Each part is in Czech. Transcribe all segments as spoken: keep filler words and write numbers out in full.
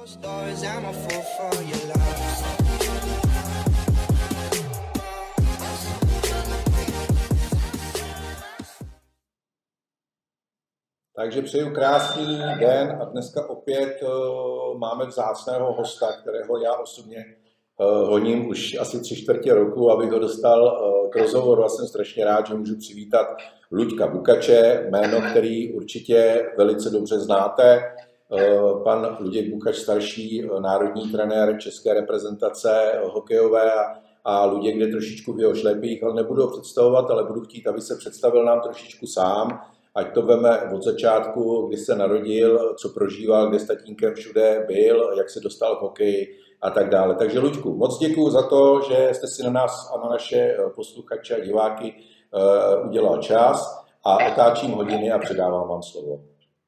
Takže přeju krásný den a dneska opět uh, máme vzácného hosta, kterého já osobně uh, honím už asi tři čtvrtě roku, abych ho dostal uh, k rozhovoru a jsem strašně rád, že můžu přivítat Luďka Bukače, jméno, který určitě velice dobře znáte. Uh, pan Luděk Bukač, starší uh, národní trenér české reprezentace uh, hokejové a, a Luděk jde trošičku v jeho šlepích, ale nebudu ho představovat, ale budu chtít, aby se představil nám trošičku sám. Ať to veme od začátku, kdy se narodil, co prožíval, kde s tatínkem všude byl, jak se dostal k hokeji a tak dále. Takže Luďku, moc děkuju za to, že jste si na nás a na naše posluchače a diváky uh, udělal čas a otáčím hodiny a předávám vám slovo.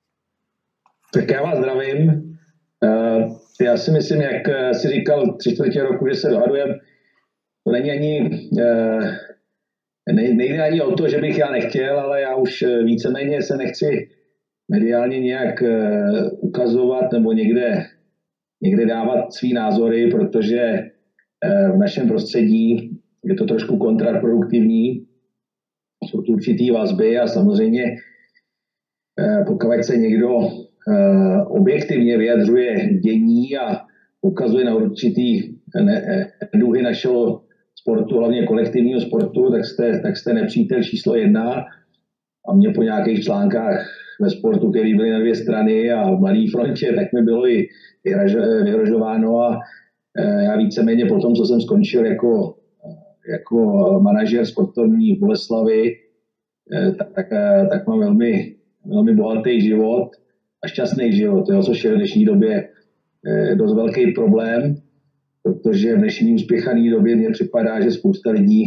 Tak já vás zdravím. Uh, já si myslím, jak si říkal tři čtvrtě roku, že se dohadujeme, to není ani... Uh, Nejde ani o to, že bych já nechtěl, ale já už víceméně se nechci mediálně nějak ukazovat nebo někde, někde dávat svý názory, protože v našem prostředí je to trošku kontraproduktivní. Jsou tu určitý vazby a samozřejmě pokud se někdo objektivně vyjadřuje dění a ukazuje na určitý neduhy našeho sportu, hlavně kolektivního sportu, tak jste, tak jste nepřítel číslo jedna. A mě po nějakých článkách ve sportu, který byly na dvě strany a v Mladé frontě, tak mi bylo i vyhrožováno a já víceméně po tom, co jsem skončil jako, jako manažer sportovní v Boleslavi, tak, tak, tak mám velmi, velmi bohatý život a šťastný život, jo, což je v dnešní době dost velký problém. Protože v dnešní uspěchané době mně připadá, že spousta lidí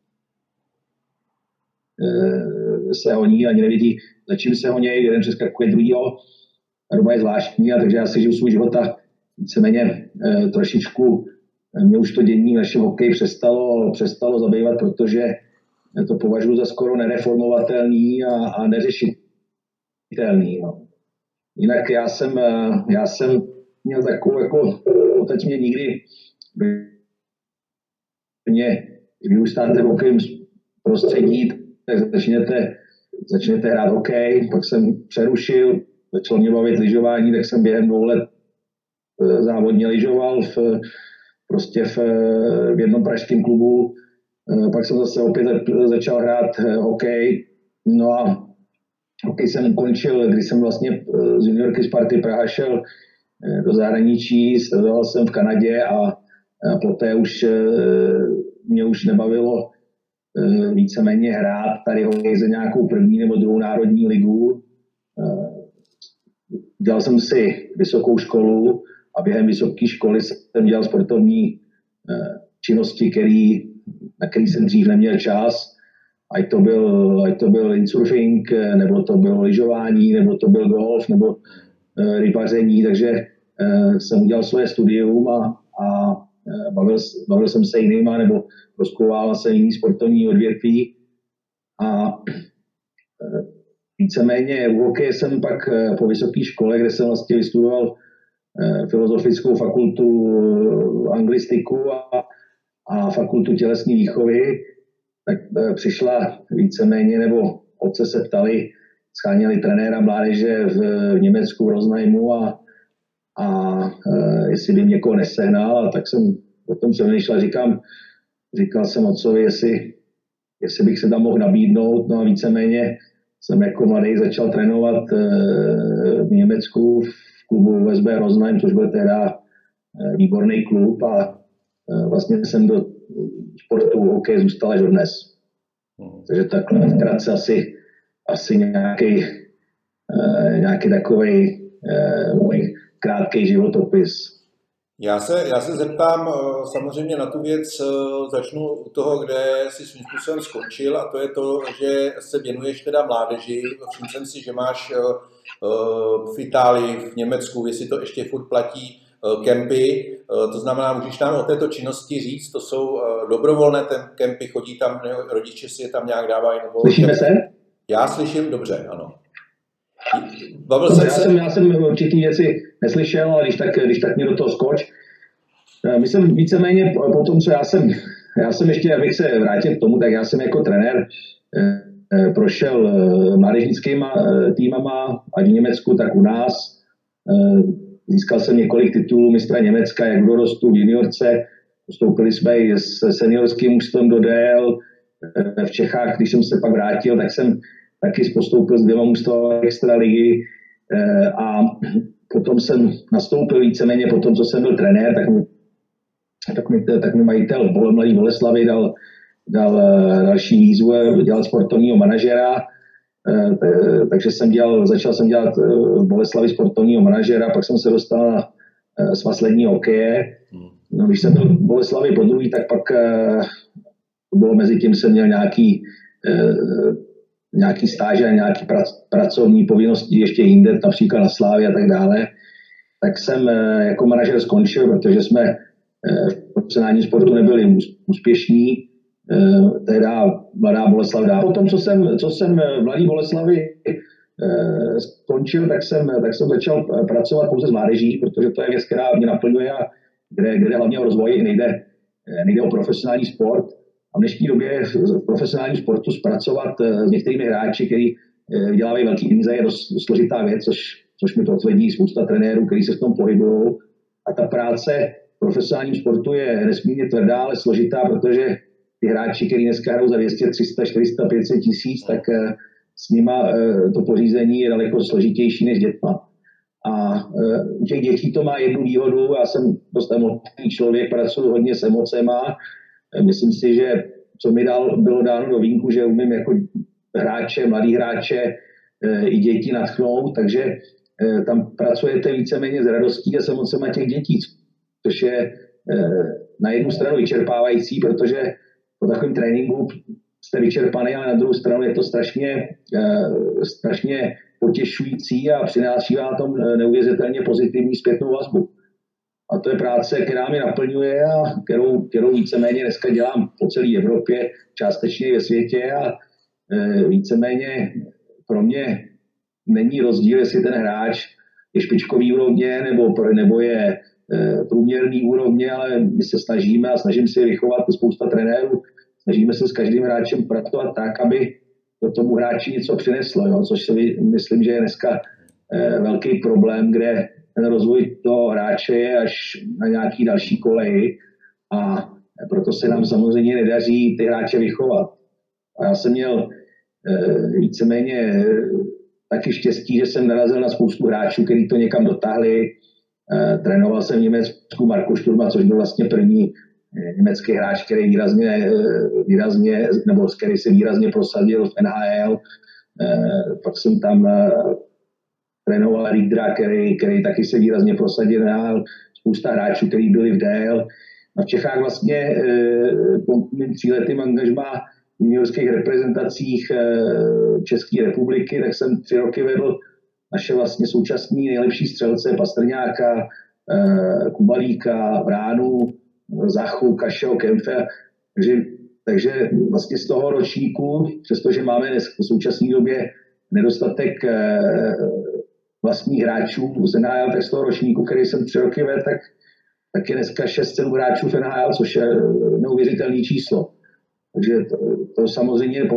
e, se honí, ani nevidí, za čím se honí, jeden přeskakuje druhýho. A doba je zvláštní, a takže já si žiju svůj život a víceméně e, trošičku mě už to dění v našem hokeji přestalo, přestalo zabývat, protože to považuji za skoro nereformovatelný a, a neřešitelný. No. Jinak já jsem, já jsem měl takovou, jako otec mě nikdy mě vyrůstáte v hokejovém prostředí, tak začnete, začnete hrát hokej, pak jsem přerušil, začalo mě bavit lyžování, tak jsem během dvou let závodně lyžoval v, prostě v, v jednom pražském klubu, pak jsem zase opět začal hrát hokej, no a hokej jsem ukončil, když jsem vlastně z juniorky Sparty Praha šel do zahraničí, studoval jsem v Kanadě a, a poté už mě už nebavilo víceméně hrát tady hokej za nějakou první nebo druhou národní ligu. Dělal jsem si vysokou školu a během vysoké školy jsem dělal sportovní činnosti, který, na který jsem dřív neměl čas. Ať to byl, ať to byl windsurfing, nebo to bylo lyžování, nebo to byl golf, nebo rybaření, takže uh, jsem udělal svoje studium a, a uh, bavil, bavil jsem se jinýma, nebo rozkouvával se jiný sportovní odvětví a uh, víceméně u hokeje jsem pak uh, po vysoké škole, kde jsem vlastně vystudoval uh, filozofickou fakultu uh, anglistiku a, a fakultu tělesné výchovy, tak uh, přišla víceméně, nebo otce se ptali, scháněli trenéra mládeže v, v Německu, v Rosenheimu a, a e, jestli by někoho nesehnal, a tak jsem o tom přemýšlel, říkám, říkal jsem otcovi, jestli, jestli bych se tam mohl nabídnout, no a víceméně jsem jako mladý začal trénovat e, v Německu v klubu U S B Rosenheim, což byl teda e, výborný klub a e, vlastně jsem do sportu hokej zůstal až dodnes. Hmm. Takže takhle vkrátce asi asi nějaký, uh, nějaký takový uh, můj krátký životopis. Já se, já se zeptám uh, samozřejmě na tu věc, uh, začnu u toho, kde jsi svým způsobem skončil, a to je to, že se věnuješ teda mládeži. Všiml jsem si, že máš uh, uh, v Itálii, v Německu, jestli to ještě furt platí, uh, kempy. Uh, to znamená, můžeš nám o této činnosti říct, to jsou uh, dobrovolné ten kempy, chodí tam, rodiče si je tam nějak dávají? Nebo... Slyšíme se? Já slyším dobře, ano. Bavil jsem já, se... jsem, já jsem určitý věci neslyšel, ale když tak, když tak mě do toho skoč. Myslím víceméně po tom, co já jsem, já jsem ještě, abych se vrátil k tomu, tak já jsem jako trenér prošel mládežnickými týmama, ať v Německu, tak u nás. Získal jsem několik titulů mistra Německa, jak v dorostu, v juniorce. Postoupili jsme i s seniorským mužstvem do D L. V Čechách, když jsem se pak vrátil, tak jsem taky postoupil s dvěma mužstvami extraligy. A potom jsem nastoupil víceméně, po tom, co jsem byl trenér, tak mi, tak mi, tak mi majitel Mladý Boleslavy dal, dal další výzvu dělat sportovního manažera. Takže jsem dělal, začal jsem dělat v Boleslavi sportovního manažera, pak jsem se dostal na svaz ledního hokeje. No, když jsem byl v Boleslavi po druhý, tak pak bylo mezi tím, jsem měl nějaký, nějaký stáže a nějaký prac, pracovní povinnosti ještě jinde, například na Slávě a tak dále. Tak jsem jako manažer skončil, protože jsme v profesionálním sportu nebyli úspěšní. Tehda Mladá Boleslav dá. Potom, co jsem, co jsem v Mladé Boleslavi skončil, tak jsem, tak jsem začal pracovat pouze s mládeží, protože to je věc, která mě naplňuje a kde, kde hlavně o rozvoji nejde, nejde o profesionální sport. A v dnešní době v profesionálním sportu zpracovat s některými hráči, kteří vydělávají velký peníze, je dost složitá věc, což, což mi to tvrdí spousta trenérů, kteří se v tom pohybují. A ta práce v profesionálním sportu je nesmírně tvrdá, ale složitá, protože ty hráči, kteří dneska hrajou za dvě stě, tři sta, čtyři sta, pět set tisíc, tak s nima to pořízení je daleko složitější než dětma. A u těch dětí to má jednu výhodu, já jsem dost emotivní člověk, pracuji hodně s emocema. Myslím si, že co mi dal, bylo dáno do vínku, že umím jako hráče, mladý hráče i děti nadchnout, takže tam pracujete víceméně s radostí a s emocema těch dětí, což je na jednu stranu vyčerpávající, protože po takovém tréninku jste vyčerpaný, ale na druhou stranu je to strašně, strašně potěšující a přináší vám tom neuvěřitelně pozitivní zpětnou vazbu. A to je práce, která mě naplňuje a kterou, kterou víceméně dneska dělám po celé Evropě, částečně ve světě a víceméně pro mě není rozdíl, jestli ten hráč je špičkový úrovně nebo, nebo je průměrný úrovně, ale my se snažíme a snažím si vychovat spousta trenérů, snažíme se s každým hráčem pracovat tak, aby to tomu hráči něco přineslo, jo? Což si myslím, že je dneska velký problém, kde ten rozvoj toho hráče je až na nějaký další koleji a proto se nám samozřejmě nedaří ty hráče vychovat. A já jsem měl víceméně taky štěstí, že jsem narazil na spoustu hráčů, kteří to někam dotáhli. Trénoval jsem v Německu Marku Šturma, což byl vlastně první německý hráč, který výrazně, výrazně nebo který se výrazně prosadil v N H L. Pak jsem tam trénoval Riedra, který, který taky se výrazně prosadil v N H L. Spousta hráčů, kteří byli v D L. A v Čechách vlastně po mým tříletým angažmá v juniorských reprezentacích České republiky, tak jsem tři roky vedl naše vlastně současní nejlepší střelce Pastrňáka, Kubalíka, Vránu, Zachu, Kašel, Kempfe. Takže, takže vlastně z toho ročníku, přestože máme dnes v současné době nedostatek vlastních hráčů z N H L, tak z toho ročníku, který jsem tři roky vedl, tak, tak je dneska šest sedm hráčů v N H L, což je neuvěřitelné číslo. Takže to, to samozřejmě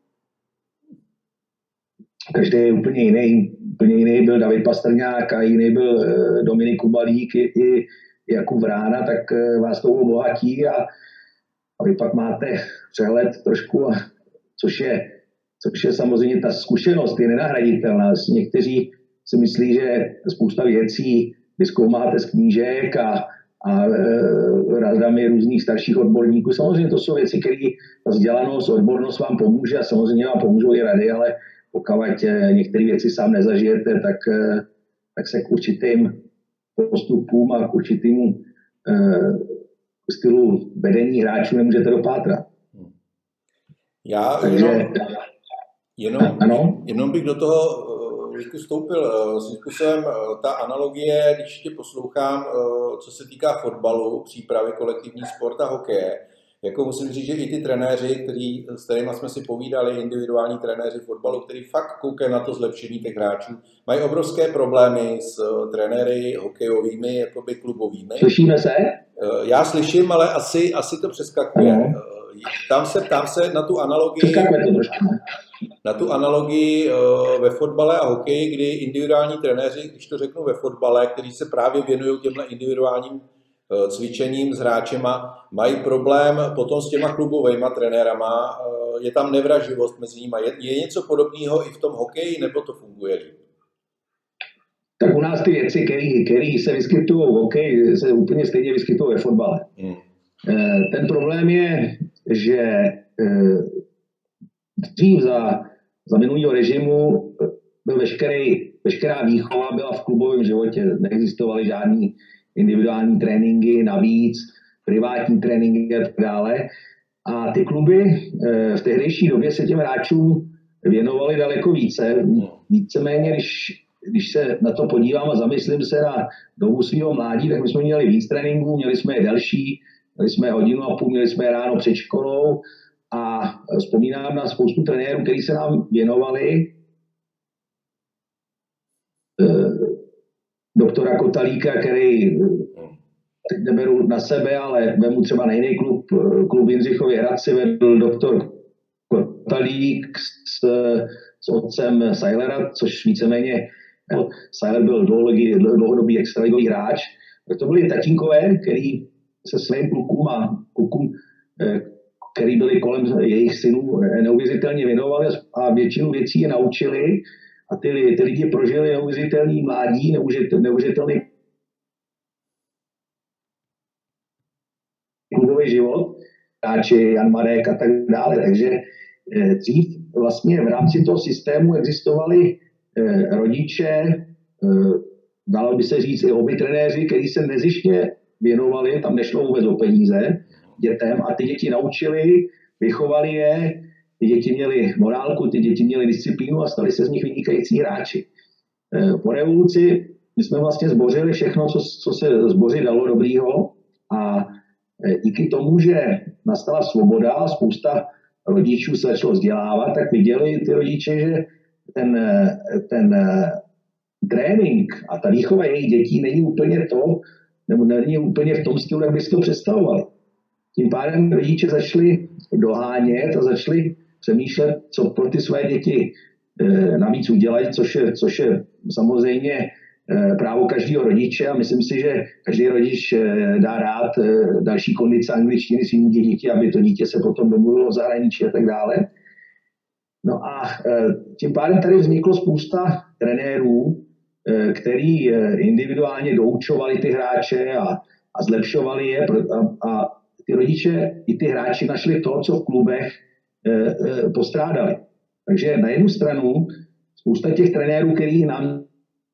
každý je úplně jiný. Úplně jiný byl David Pastrňák a jiný byl Dominik Kubalík i, i Jakub Vrána, tak vás to obohatí a, a vy pak máte přehled trošku, což je, což je samozřejmě ta zkušenost, je nenahraditelná. Někteří si myslí, že spousta věcí vy zkoumáte z knížek a, a e, radami různých starších odborníků. Samozřejmě to jsou věci, které ta vzdělanost, odbornost vám pomůže a samozřejmě vám pomůžou i rady, ale pokud některé věci sám nezažijete, tak, tak se k určitým postupům a k určitému uh, stylu vedení hráčů nemůžete dopátrat. Já Takže, jenom, jenom, ano? jenom bych do toho Vítku vstoupil. Svým způsobem ta analogie, když tě poslouchám, co se týká fotbalu, přípravy kolektivní sport a hokeje, jako musím říct, že i ty trenéři, který, s kterými jsme si povídali, individuální trenéři fotbalu, který fakt koukají na to zlepšení těch hráčů, mají obrovské problémy s trenéry hokejovými, jakoby klubovými. Slyšíme se? Já slyším, ale asi, asi to přeskakuje. No. Tam se, tam se na tu analogii, na tu analogii ve fotbale a hokeji, kdy individuální trenéři, když to řeknu ve fotbale, kteří se právě věnují těmhle individuálním cvičením s hráčema, mají problém potom s těma klubovými trenérama, je tam nevraživost mezi nimi. Je, je něco podobného i v tom hokeji, nebo to funguje líp? Tak u nás ty věci, které se vyskytují v hokeji, se úplně stejně vyskytují ve fotbale. Hmm. Ten problém je, že dřív za, za minulého režimu byl veškerý, veškerá výchova byla v klubovém životě. Neexistovaly žádný individuální tréninky, navíc privátní tréninky a tak dále. A ty kluby v tehdejší době se těm hráčům věnovaly daleko více. Víceméně, když, když se na to podívám a zamyslím se na dobu svého mládí, tak my jsme měli víc tréninků, měli jsme je delší, měli jsme hodinu a půl, měli jsme je ráno před školou a vzpomínám na spoustu trenérů, kteří se nám věnovali. Doktora Kotalíka, který teď neberu na sebe, ale vemu třeba na jiný klub, klub Jindřichově Hradci, vedl doktor Kotalík s, s otcem Seilera, což víceméně Seiler byl dlouhodobý extraligový hráč. To byli tatínkové, který se svým klukům a klukům, který byli kolem jejich synů, neuvěřitelně věnovali a většinu věcí je naučili. A ty, ty lidi prožili neuvěřitelný mládí, neuvěřitelný klubový život, hráči Jan Marek a tak dále. Takže eh, dřív vlastně v rámci toho systému existovali eh, rodiče, eh, dalo by se říct i oby trenéři, kteří se nezištně věnovali, tam nešlo vůbec o peníze dětem a ty děti naučili, vychovali je. Ty děti měly morálku, ty děti měly disciplínu a stali se z nich vynikající hráči. Po revoluci my jsme vlastně zbořili všechno, co, co se zbořit dalo dobrýho a díky tomu, že nastala svoboda a spousta rodičů se začalo vzdělávat, tak viděli ty rodiče, že ten, ten trénink a ta výchova jejich dětí není úplně to, nebo není úplně v tom stylu, jak by si to představovali. Tím pádem rodiče začali dohánět a začali přemýšlet, co pro ty své děti e, navíc udělat, což je, což je samozřejmě e, právo každého rodiče a myslím si, že každý rodič e, dá rád e, další kondice angličtiny svým dítěti, aby to dítě se potom domluvilo v zahraničí a tak dále. No a e, tím pádem tady vzniklo spousta trenérů, e, který e, individuálně doučovali ty hráče a, a zlepšovali je a, a ty rodiče i ty hráči našli to, co v klubech postrádali. Takže na jednu stranu spousta těch trenérů, který nám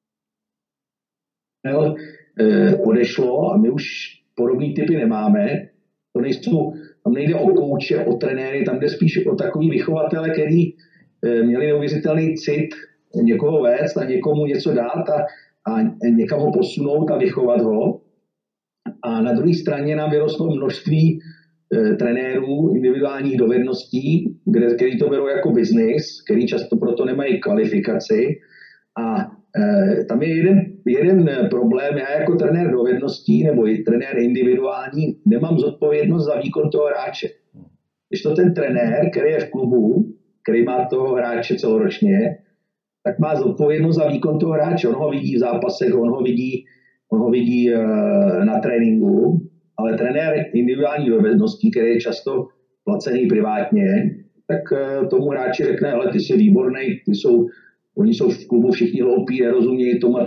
odešlo a my už podobné typy nemáme, to nejsou, tam nejde o kouče, o trenéry, tam jde spíš o takový vychovatele, který měli neuvěřitelný cit někoho vést a někomu něco dát a, a někam ho posunout a vychovat ho. A na druhé straně nám vyrostlo množství trenérů individuálních dovedností, kde, který to berou jako biznis, který často proto nemají kvalifikaci. A e, tam je jeden, jeden problém. Já jako trenér dovedností nebo i trenér individuální nemám zodpovědnost za výkon toho hráče. Když to ten trenér, který je v klubu, který má toho hráče celoročně, tak má zodpovědnost za výkon toho hráče. On ho vidí v zápasech, on ho vidí, on ho vidí e, na tréninku. Ale trenér individuální dovedností, který je často placený privátně, tak tomu hráči řekne, ale ty jsi výborný, ty jsou, oni jsou v klubu všichni hloupí, nerozumějí tomu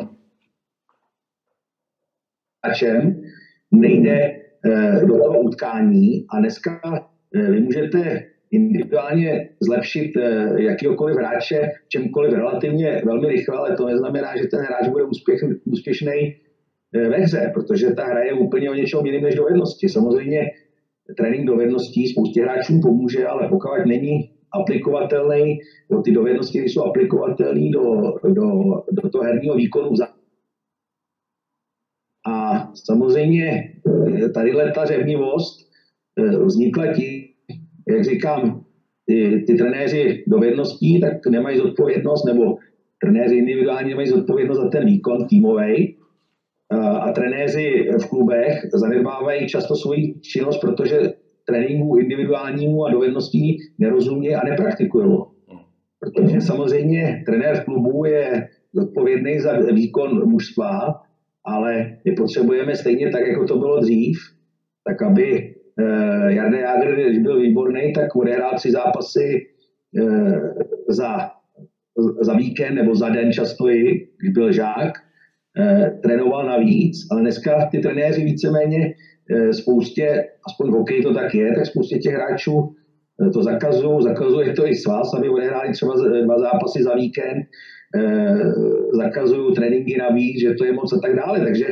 hráčem, nejde do toho utkání a dneska vy můžete individuálně zlepšit jakýkoliv hráče čemkoliv relativně velmi rychle, ale to neznamená, že ten hráč bude úspěch, úspěšný ve hře, protože ta hra je úplně o něčem jiném než dovednosti. Samozřejmě trénink dovedností spoustě hráčům pomůže, ale pokud není aplikovatelný, ty dovednosti jsou aplikovatelné do, do, do toho herního výkonu. A samozřejmě tadyhle ta řevnivost vznikla ti, jak říkám, ty, ty trenéři dovedností, tak nemají zodpovědnost, nebo trenéři individuálně nemají zodpovědnost za ten výkon týmový. A trenéři v klubech zanedbávají často svoji činnost, protože tréninku individuálnímu a dovedností nerozumí a nepraktikují. Protože samozřejmě trenér v klubu je zodpovědný za výkon mužstva, ale my potřebujeme stejně tak, jako to bylo dřív, tak aby eh, Jarda Jágr, když byl výborný, tak odehrál tři zápasy eh, za, za víkend nebo za den často i, když byl žák, eh, trénoval navíc, ale dneska ty trenéři víceméně eh, spoustě, aspoň v hokeji to tak je, tak spoustě těch hráčů eh, to zakazují, zakazuje to i svaz, aby odehráli třeba dva zápasy za víkend, eh, zakazují tréninky navíc, že to je moc a tak dále, takže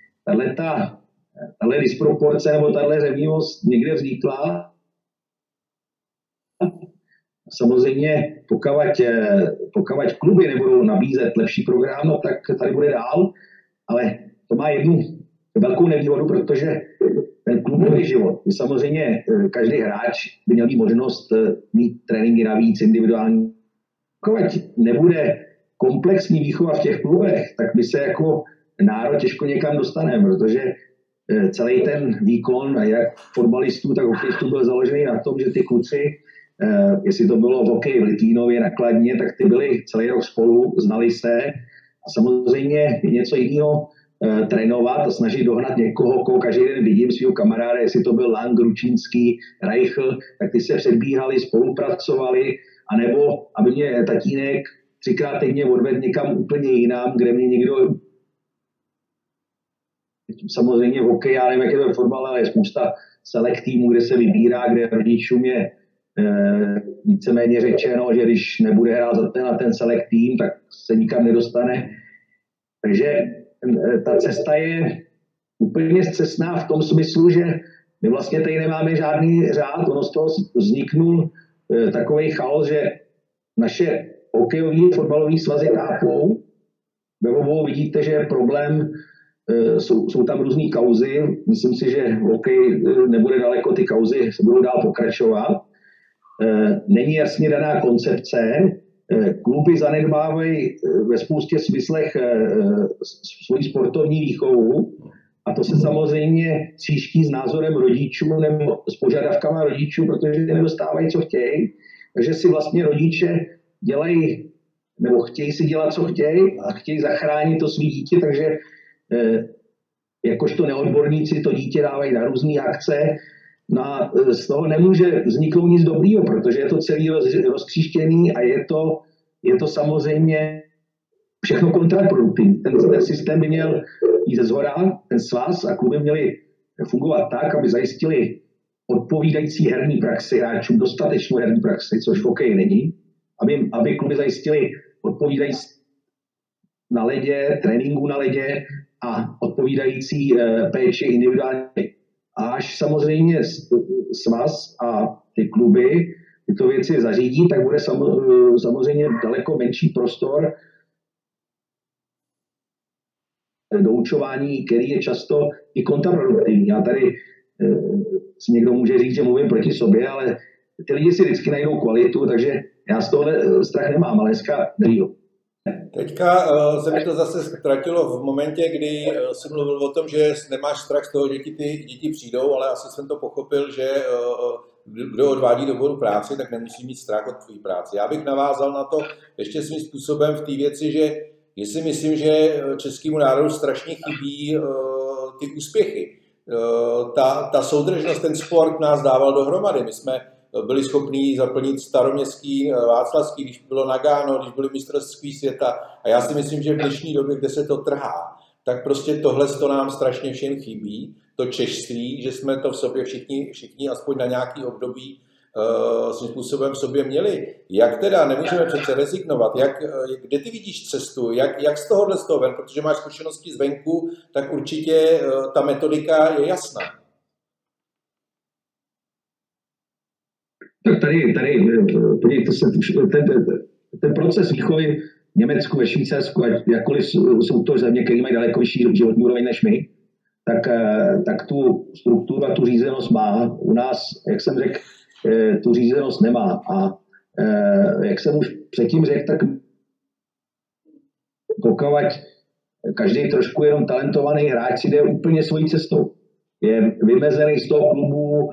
tahle disproporce nebo tahle řevnivost někde vznikla. Samozřejmě, pokud, pokud kluby nebudou nabízet lepší program, no, tak tady bude dál, ale to má jednu velkou nevýhodu, protože ten klubový život, samozřejmě každý hráč by měl mít možnost mít tréninky navíc individuální. Pokud nebude komplexní výchova v těch klubech, tak by se jako národ těžko někam dostaneme, protože celý ten výkon, jak fotbalistů, tak hokejistů byl založený na tom, že ty kluci, jestli to bylo v hokeji v Litvínově na Kladně, tak ty byli celý rok spolu, znali se a samozřejmě je něco jiného trénovat a snažit dohnat někoho, koho každý den vidím, svého kamaráda, jestli to byl Lang, Ručínský, Reichl, tak ty se předbíhali, spolupracovali, anebo aby mě tatínek třikrát týdně odvedl někam úplně jinam, kde mě někdo samozřejmě v hokeji, já nevím, jak je to ve fotbale, ale je spousta select týmů, kde se vybírá, kde rodičům je e, víceméně řečeno, že když nebude hrát za ten a ten select tým, tak se nikam nedostane. Takže e, ta cesta je úplně scestná v tom smyslu, že my vlastně tady nemáme žádný řád, ono z toho vzniknul e, takový chaos, že naše hokejový fotbalový svazy tápou. Ve obou vidíte, že je problém. Jsou, jsou tam různý kauzy, myslím si, že hokej nebude daleko, ty kauzy se budou dál pokračovat. Není jasně daná koncepce, kluby zanedbávají ve spoustě smyslech svoji sportovní výchovu a to se samozřejmě tříští s názorem rodičů nebo s požadavkama rodičů, protože nedostávají, co chtějí. Takže si vlastně rodiče dělají, nebo chtějí si dělat, co chtějí a chtějí zachránit to svý dítě, takže jakožto neodborníci to dítě dávají na různé akce. No a z toho nemůže vzniknout nic dobrýho, protože je to celý roz, rozkříštěný a je to, je to samozřejmě všechno kontraproduktivní. Ten, ten systém by měl jít ze zhora, ten svaz a kluby měly fungovat tak, aby zajistili odpovídající herní praxi hráčům, dostatečnou herní praxi, což v hokeji není, aby, aby kluby zajistili odpovídající na ledě, tréninku na ledě a odpovídající e, péči individuálně. A až samozřejmě svaz a ty kluby tyto věci zařídí, tak bude samo, samozřejmě daleko menší prostor doučování, který je často i kontraproduktivní. Já tady e, si někdo může říct, že mluvím proti sobě, ale ty lidi si vždycky najdou kvalitu, takže já z tohohle strach nemám, ale dneska nevím. Teďka uh, se mi to zase ztratilo v momentě, kdy uh, jsem mluvil o tom, že nemáš strach z toho, že ti ty děti přijdou, ale asi jsem to pochopil, že uh, kdo odvádí dobrou práci, tak nemusí mít strach od tvojí práce. Já bych navázal na to ještě svým způsobem v té věci, že jestli myslím, že českému národu strašně chybí uh, ty úspěchy. Uh, ta, ta soudržnost, ten sport nás dával dohromady. My jsme byli schopní zaplnit Staroměstský, Václavský, když bylo Nagano, když byly mistrovství světa. A já si myslím, že v dnešní době, kde se to trhá, tak prostě tohle to nám strašně všem chybí. To češství, že jsme to v sobě všichni, všichni aspoň na nějaký období uh, svým způsobem v sobě měli. Jak teda, nemůžeme přece rezignovat, jak, kde ty vidíš cestu, jak, jak z tohohle z toho ven, protože máš zkušenosti zvenku, tak určitě uh, ta metodika je jasná. Tak tady, tady podívejte se, ten, ten, ten proces výchovy v Německu, ve Švýcarsku, jakkoliv jsou to země, které mají daleko vyšší životní úroveň než my, tak, tak tu strukturu a tu řízenost má. U nás, jak jsem řekl, tu řízenost nemá. A jak jsem už předtím řekl, tak pokud každý trošku jenom talentovaný hráč si jde úplně svojí cestou. Je vymezený z toho klubu,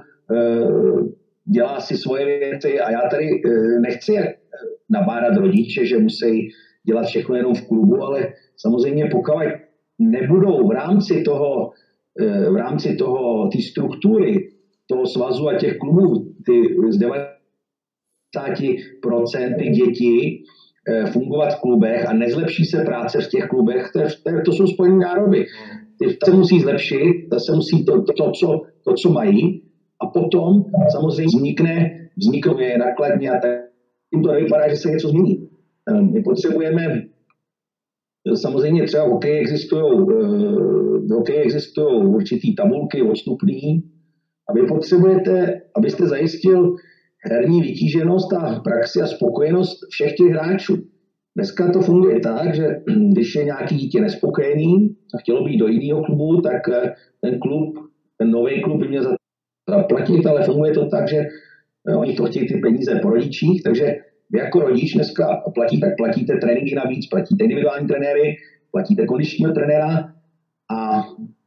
dělá si svoje věci a já tady nechci nabádat rodiče, že musí dělat všechno jenom v klubu, ale samozřejmě pokud nebudou v rámci toho, v rámci toho, té struktury, toho svazu a těch klubů, ty z devadesát procent dětí fungovat v klubech a nezlepší se práce v těch klubech, to, to, to jsou Spojené národy. To se musí zlepšit, to se musí to, to, to, co, to, co mají, a potom samozřejmě vznikne, vznikne nakladně a tak tím to nevypadá, že se něco změní. My potřebujeme, samozřejmě třeba v hokeji existují, v hokeji existují určitý tabulky odstupný a vy potřebujete, abyste zajistil herní vytíženost a praxi a spokojenost všech těch hráčů. Dneska to funguje tak, že když je nějaký dítě nespokojený a chtělo být do jiného klubu, tak ten klub, ten nový klub by měl zaplatit, ale funguje to tak, že oni to chtějí ty peníze po rodičích, takže vy jako rodič dneska platíte, platíte tréninky navíc, platíte individuální trenéry, platíte kondičního trenéra a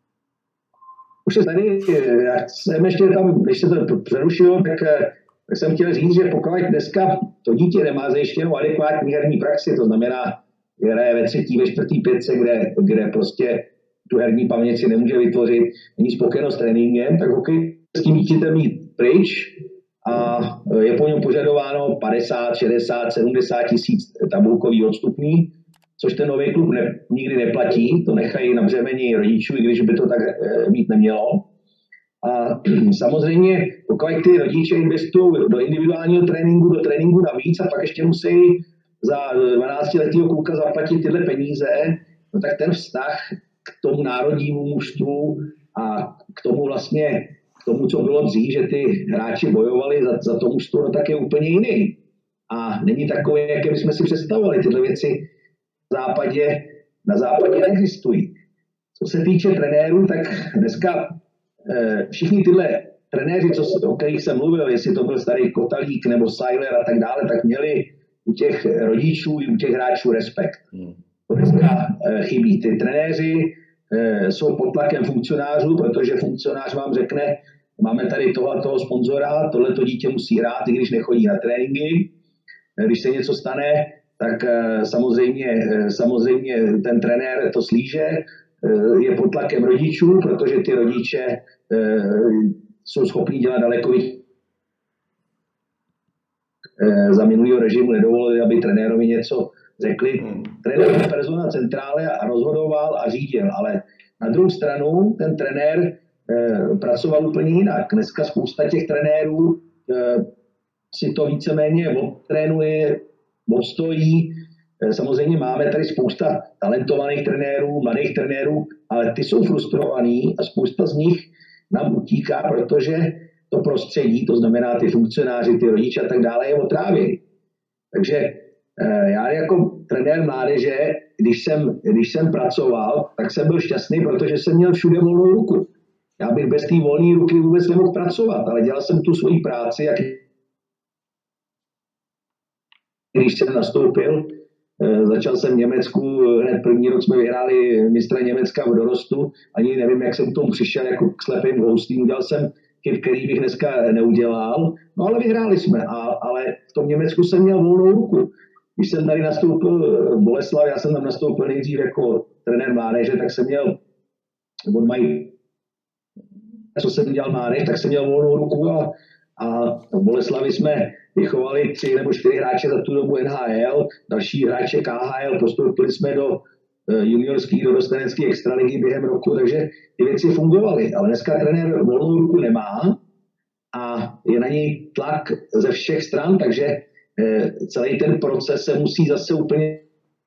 už se tady, já jsem ještě tam, když se to přerušilo, tak Tak jsem chtěl říct, že pokud dneska to dítě nemá zajištěnou adekvátní herní praxi, to znamená, že hraje ve třetí, ve čtvrtý pětce, kde, kde prostě tu herní paměť si nemůže vytvořit, není spokojenost s tréninkem, tak hokej s tím dítětem jít pryč a je po něm požadováno padesát, šedesát, sedmdesát tisíc tabulkový odstupný, což ten nový klub ne, nikdy neplatí, to nechají na břemeni rodičů, i když by to tak být nemělo. A samozřejmě, pokud ty rodiče investují do individuálního tréninku, do tréninku navíc a pak ještě musí za dvanáctiletého kluka zaplatit tyhle peníze, no tak ten vztah k tomu národnímu mužstvu a k tomu vlastně, k tomu, co bylo dřív, že ty hráči bojovali za, za to mužstvo, no tak je úplně jiný. A není takový, jaké bychom si představovali. Tyhle věci na západě, na západě neexistují. Co se týče trenérů, tak dneska všichni tyhle trenéři, co, o kterých jsem mluvil, jestli to byl starý Kotalík nebo Seiler a tak dále, tak měli u těch rodičů i u těch hráčů respekt. To dneska chybí. Ty trenéři jsou pod tlakem funkcionářů, protože funkcionář vám řekne, máme tady tohle toho sponzora, tohleto dítě musí hrát, i když nechodí na tréninky. Když se něco stane, tak samozřejmě, samozřejmě ten trenér to slíže, je pod tlakem rodičů, protože ty rodiče e, jsou schopni dělat daleko víc. E, za minulého režimu nedovolili, aby trenérovi něco řekli. Hmm. Trenér byl persona centrále a rozhodoval a řídil, ale na druhou stranu ten trenér e, pracoval úplně jinak. Dneska spousta těch trenérů e, si to víceméně odtrénuje, odstojí. Samozřejmě máme tady spousta talentovaných trenérů, mladých trenérů, ale ty jsou frustrovaní a spousta z nich nám utíká, protože to prostředí, to znamená ty funkcionáři, ty rodiče a tak dále, je otrávějí. Takže já jako trenér mládeže, když jsem, když jsem pracoval, tak jsem byl šťastný, protože jsem měl všude volnou ruku. Já bych bez té volné ruky vůbec nemohl pracovat, ale dělal jsem tu svoji práci, jak když jsem nastoupil, začal jsem v Německu, hned první rok jsme vyhráli mistra Německa v dorostu, ani nevím, jak jsem k tomu přišel, jako k slepým houslím, udělal jsem chyb, který bych dneska neudělal, no ale vyhráli jsme, a, ale v tom Německu jsem měl volnou ruku. Když jsem tady nastoupil Boleslav, já jsem tam nastoupil nejdřív jako trenér mládeže, tak jsem měl, on mají, co jsem dělal mládež, tak jsem měl volnou ruku a, a v Boleslavi jsme vychovali tři nebo čtyři hráče za tu dobu N H L, další hráče K H L, postoupili jsme do juniorských, dorosteneckých extraligy během roku, takže ty věci fungovaly. Ale dneska trenér volnou ruku nemá a je na něj tlak ze všech stran, takže celý ten proces se musí zase úplně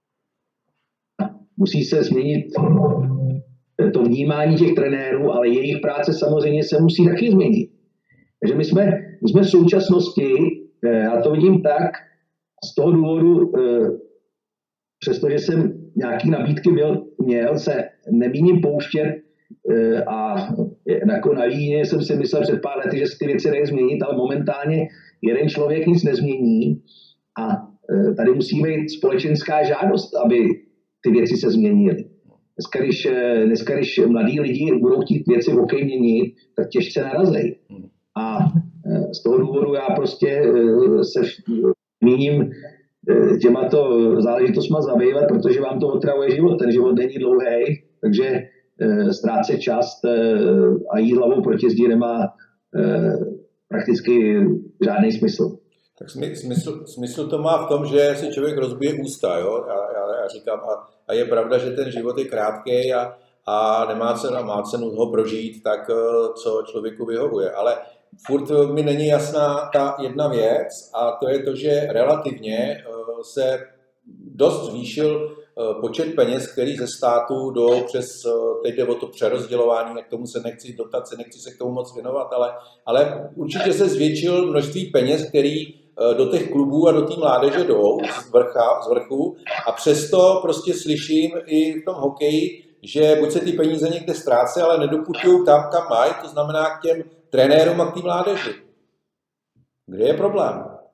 musí se změnit to vnímání těch trenérů, ale jejich práce samozřejmě se musí taky změnit. Takže my jsme, my jsme v současnosti, já to vidím tak, z toho důvodu, přestože jsem nějaký nabídky byl, měl, se nemíním pouštět a jako na Líně jsem si myslel před pár lety, že se ty věci dají změnit, ale momentálně jeden člověk nic nezmění a tady musí být společenská žádost, aby ty věci se změnily. Dneska, když, dneska, když mladí lidi budou chtít věci v hokeji měnit, tak těžce narazí. A z toho důvodu já prostě se míním těma to záležitostma zabývat, protože vám to otravuje život. Ten život není dlouhý, takže ztrácet čas a jít hlavou proti zdi nemá prakticky žádný smysl. Tak smysl, smysl to má v tom, že si člověk rozbije ústa, jo? Já, já, já říkám, a, a je pravda, že ten život je krátký a, a nemá cenu, má cenu ho prožít, tak co člověku vyhovuje. Ale furt mi není jasná ta jedna věc a to je to, že relativně se dost zvýšil počet peněz, který ze státu jdou přes, teď jde o to přerozdělování, k tomu se nechci dotace, nechci se k tomu moc věnovat, ale, ale určitě se zvětšil množství peněz, který do těch klubů a do té mládeže jdou z, vrcha, z vrchu a přesto prostě slyším i v tom hokeji, že buď se ty peníze někde ztrácí, ale nedoputují tam, kam mají, to znamená k těm trenérům a k té mládeži. Kde je problém?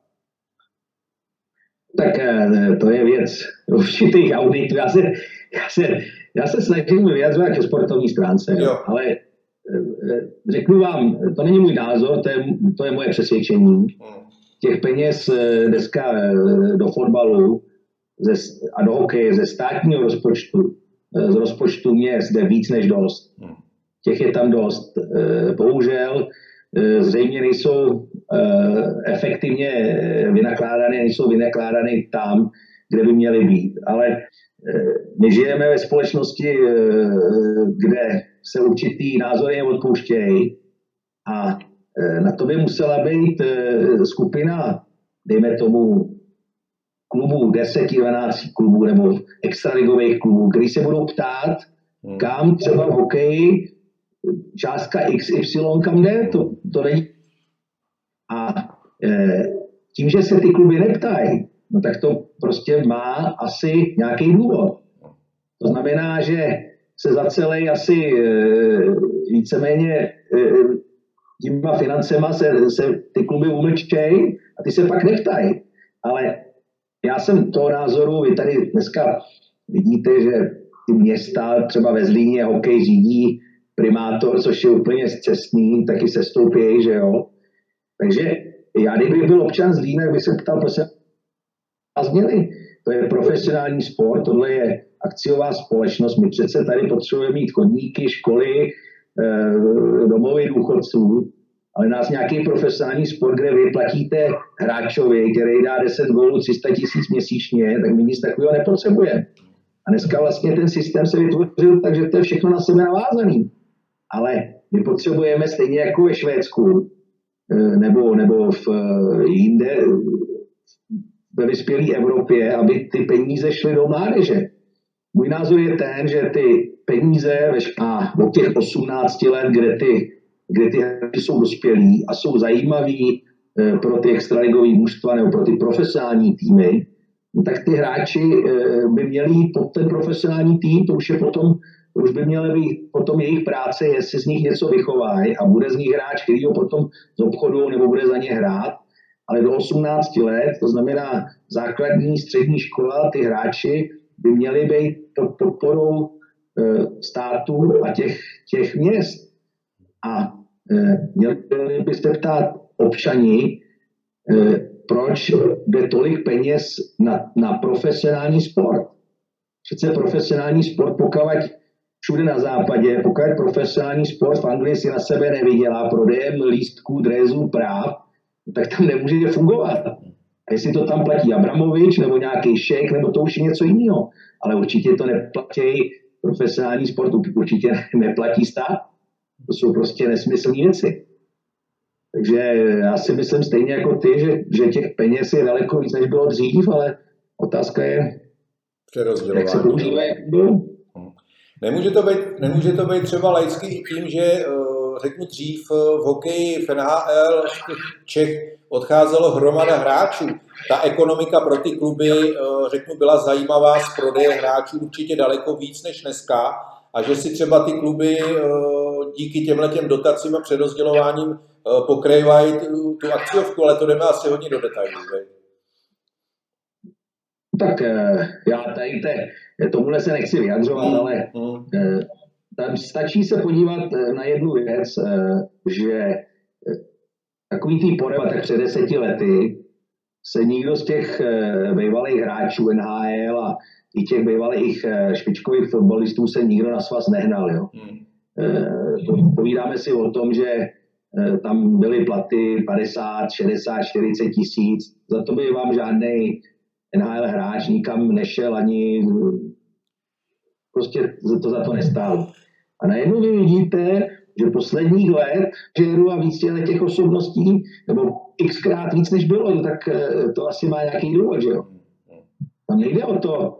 Tak to je věc určitých auditů. Já se, já se, já se snažím vyjadřovat ke sportovní stránce, jo. Ale řeknu vám, to není můj názor, to je, to je moje přesvědčení. Hmm. Těch peněz dneska do fotbalu ze, a do hokeje ze státního rozpočtu, z rozpočtu měst jde víc než dost. Hmm. Těch je tam dost. Bohužel zřejmě nejsou efektivně vynakládány, nejsou vynakládány tam, kde by měly být. Ale my žijeme ve společnosti, kde se určitý názory neodpouštějí a na to by musela být skupina, dejme tomu, klubů, deset dvanáct klubů nebo extraligových klubů, který se budou ptát, kam třeba v hokeji částka X Y kam jde, to, to není. A e, tím, že se ty kluby neptají, no tak to prostě má asi nějaký důvod. To znamená, že se za celý asi e, víceméně e, těma financema se, se ty kluby umlčtějí a ty se pak neptají. Ale já jsem toho názoru, vy tady dneska vidíte, že ty města, třeba ve Zlíně hokej řídí primátor, což je úplně zcestný, taky se stoupějí, že jo. Takže já, kdybych byl občan Zlína, bych se ptal, proč se a změli. To je profesionální sport, tohle je akciová společnost, my přece tady potřebujeme mít chodníky, školy, domovy důchodců, ale nás nějaký profesionální sport, kde vy platíte hráčovi, který dá deset gólů, tři sta tisíc měsíčně, tak my nic takového nepotřebujeme. A dneska vlastně ten systém se vytvořil, takže to je všechno na sebe navázaný. Ale my potřebujeme stejně jako ve Švédsku, nebo, nebo v jinde, ve vyspělé Evropě, aby ty peníze šly do mládeže. Můj názor je ten, že ty peníze a od těch osmnácti let, kde ty, kde ty hráči jsou dospělí a jsou zajímaví pro ty extraligové mužstva nebo pro ty profesionální týmy, no tak ty hráči by měli jít pod ten profesionální tým, to už je potom, to už by měla být potom jejich práce, jestli z nich něco vychovají a bude z nich hráč, který ho potom z obchodu nebo bude za ně hrát, ale do osmnácti let, to znamená základní, střední škola, ty hráči by měli být pod podporou státu a těch, těch měst. A měli byste ptát občani, proč jde tolik peněz na, na profesionální sport. Přece profesionální sport, pokud všude na západě, pokud profesionální sport v Anglii si na sebe nevydělá prodejem lístků, drezů, práv, tak tam nemůže fungovat. A jestli to tam platí Abramovič, nebo nějaký šejk, nebo to už je něco jiného. Ale určitě to neplatí profesionální sport, určitě neplatí stát. To jsou prostě nesmyslné věci. Takže já si myslím stejně jako ty, že, že těch peněz je daleko víc, než bylo dřív, ale otázka je, jak se používají. Nemůže to být, nemůže to být třeba laicky i tím, že řeknu dřív v hokeji v N H L z Čech odcházelo hromada hráčů. Ta ekonomika pro ty kluby, řeknu, byla zajímavá z prodeje hráčů určitě daleko víc než dneska. a že si třeba ty kluby díky těmhletěm dotacím a přerozdělováním pokrývají tu, tu akciovku, ale to jdeme asi hodně do detailů. Tak já tady te, tomuhle se nechci vyjadřovat, hmm. ale hmm. tam stačí se podívat na jednu věc, že takový tý poreva tak před deseti lety se nikdo z těch bývalých hráčů N H L a i těch bývalých špičkových fotbalistů se nikdo na svaz nehnal. Jo. Hmm. Povídáme si o tom, že tam byly platy padesát, šedesát, čtyřicet tisíc, za to by vám žádnej N H L hráč nikam nešel, ani prostě to za to nestálo. A najednou vy vidíte, že posledních let žeru a víc těch osobností, nebo xkrát víc než bylo, tak to asi má nějaký důvod, že jo. Tam nejde o to,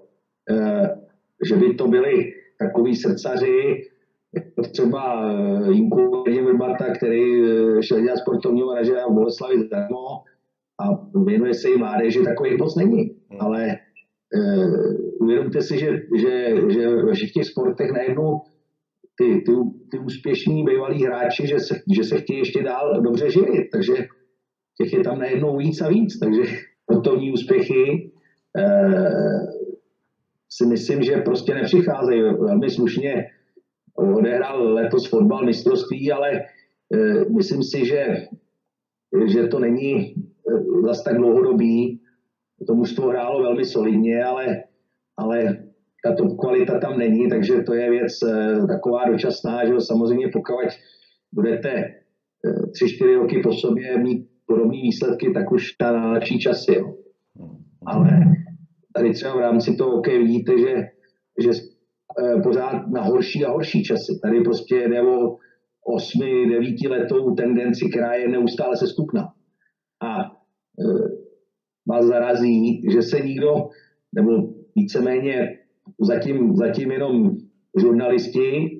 že by to byli takový srdcaři, jako třeba Jinku Vrbata, který šel dělat sportovního manažera v Boleslavi zdarma a věnuje se i mládeži, takových moc není. Ale uvědomte si, že, že, že ve všech těch sportech najednou ty, ty, ty úspěšní bývalí hráči, že se, že se chtějí ještě dál dobře živit, takže těch je tam najednou víc a víc, takže sportovní úspěchy eh, si myslím, že prostě nepřicházejí. Velmi slušně odehrál letos fotbal mistrovství, ale eh, myslím si, že, že to není zase tak dlouhodobý. To mužstvo hrálo velmi solidně, ale, ale ta top kvalita tam není, takže to je věc e, taková dočasná, že samozřejmě pokud budete e, tři, čtyři roky po sobě mít podobné výsledky, tak už na lepší časy. Jo. Ale tady třeba v rámci toho OK vidíte, že, že e, pořád na horší a horší časy. Tady prostě jde o osmi, devíti letou tendenci, která je neustále sestupná. A e, vás zarazí, že se nikdo, nebo víceméně zatím, zatím jenom žurnalisti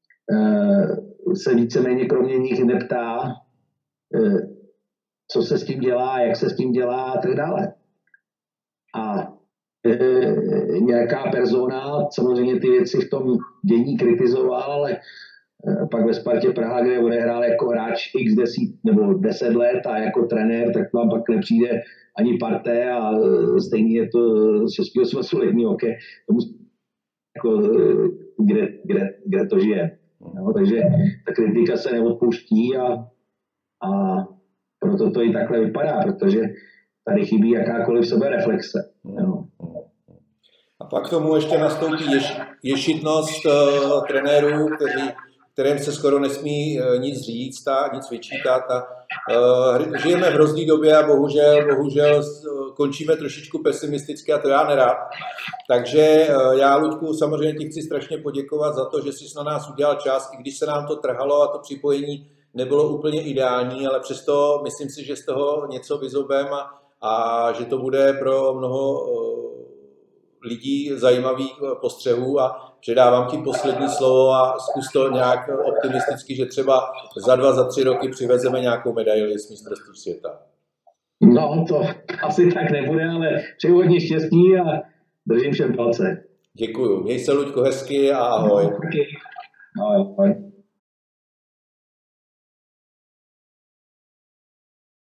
se víceméně kromě nich neptá, co se s tím dělá, jak se s tím dělá a tak dále. A nějaká persona samozřejmě ty věci v tom dění kritizoval, ale pak ve Spartě Praha, kde odehrál jako hráč x deset nebo deset let a jako trenér, tak vám pak nepřijde ani parté a stejně je to z Českého svazu lední hokej, tomu jako, kde, kde, kde to žije. No, takže ta kritika se neodpouští a, a proto to i takhle vypadá, protože tady chybí jakákoliv sebereflexe. No. A pak k tomu ještě nastoupí ješ, ješitnost uh, trenérů, kteří kterým se skoro nesmí nic říct a nic vyčítat. A, uh, žijeme v hrozný době a bohužel, bohužel končíme trošičku pesimisticky a to já nerad. Takže uh, já, Luďku, samozřejmě ti chci strašně poděkovat za to, že jsi na nás udělal čas, i když se nám to trhalo a to připojení nebylo úplně ideální, ale přesto myslím si, že z toho něco vyzobem a, a že to bude pro mnoho uh, lidí zajímavých postřehů a předávám ti poslední slovo a zkus to nějak optimisticky, že třeba za dva, za tři roky přivezeme nějakou medaili z mistrovství světa. No, to asi tak nebude, ale přeju hodně štěstí a držím všem palce. Děkuju. Měj se, Luďko, hezky a ahoj. No, ahoj.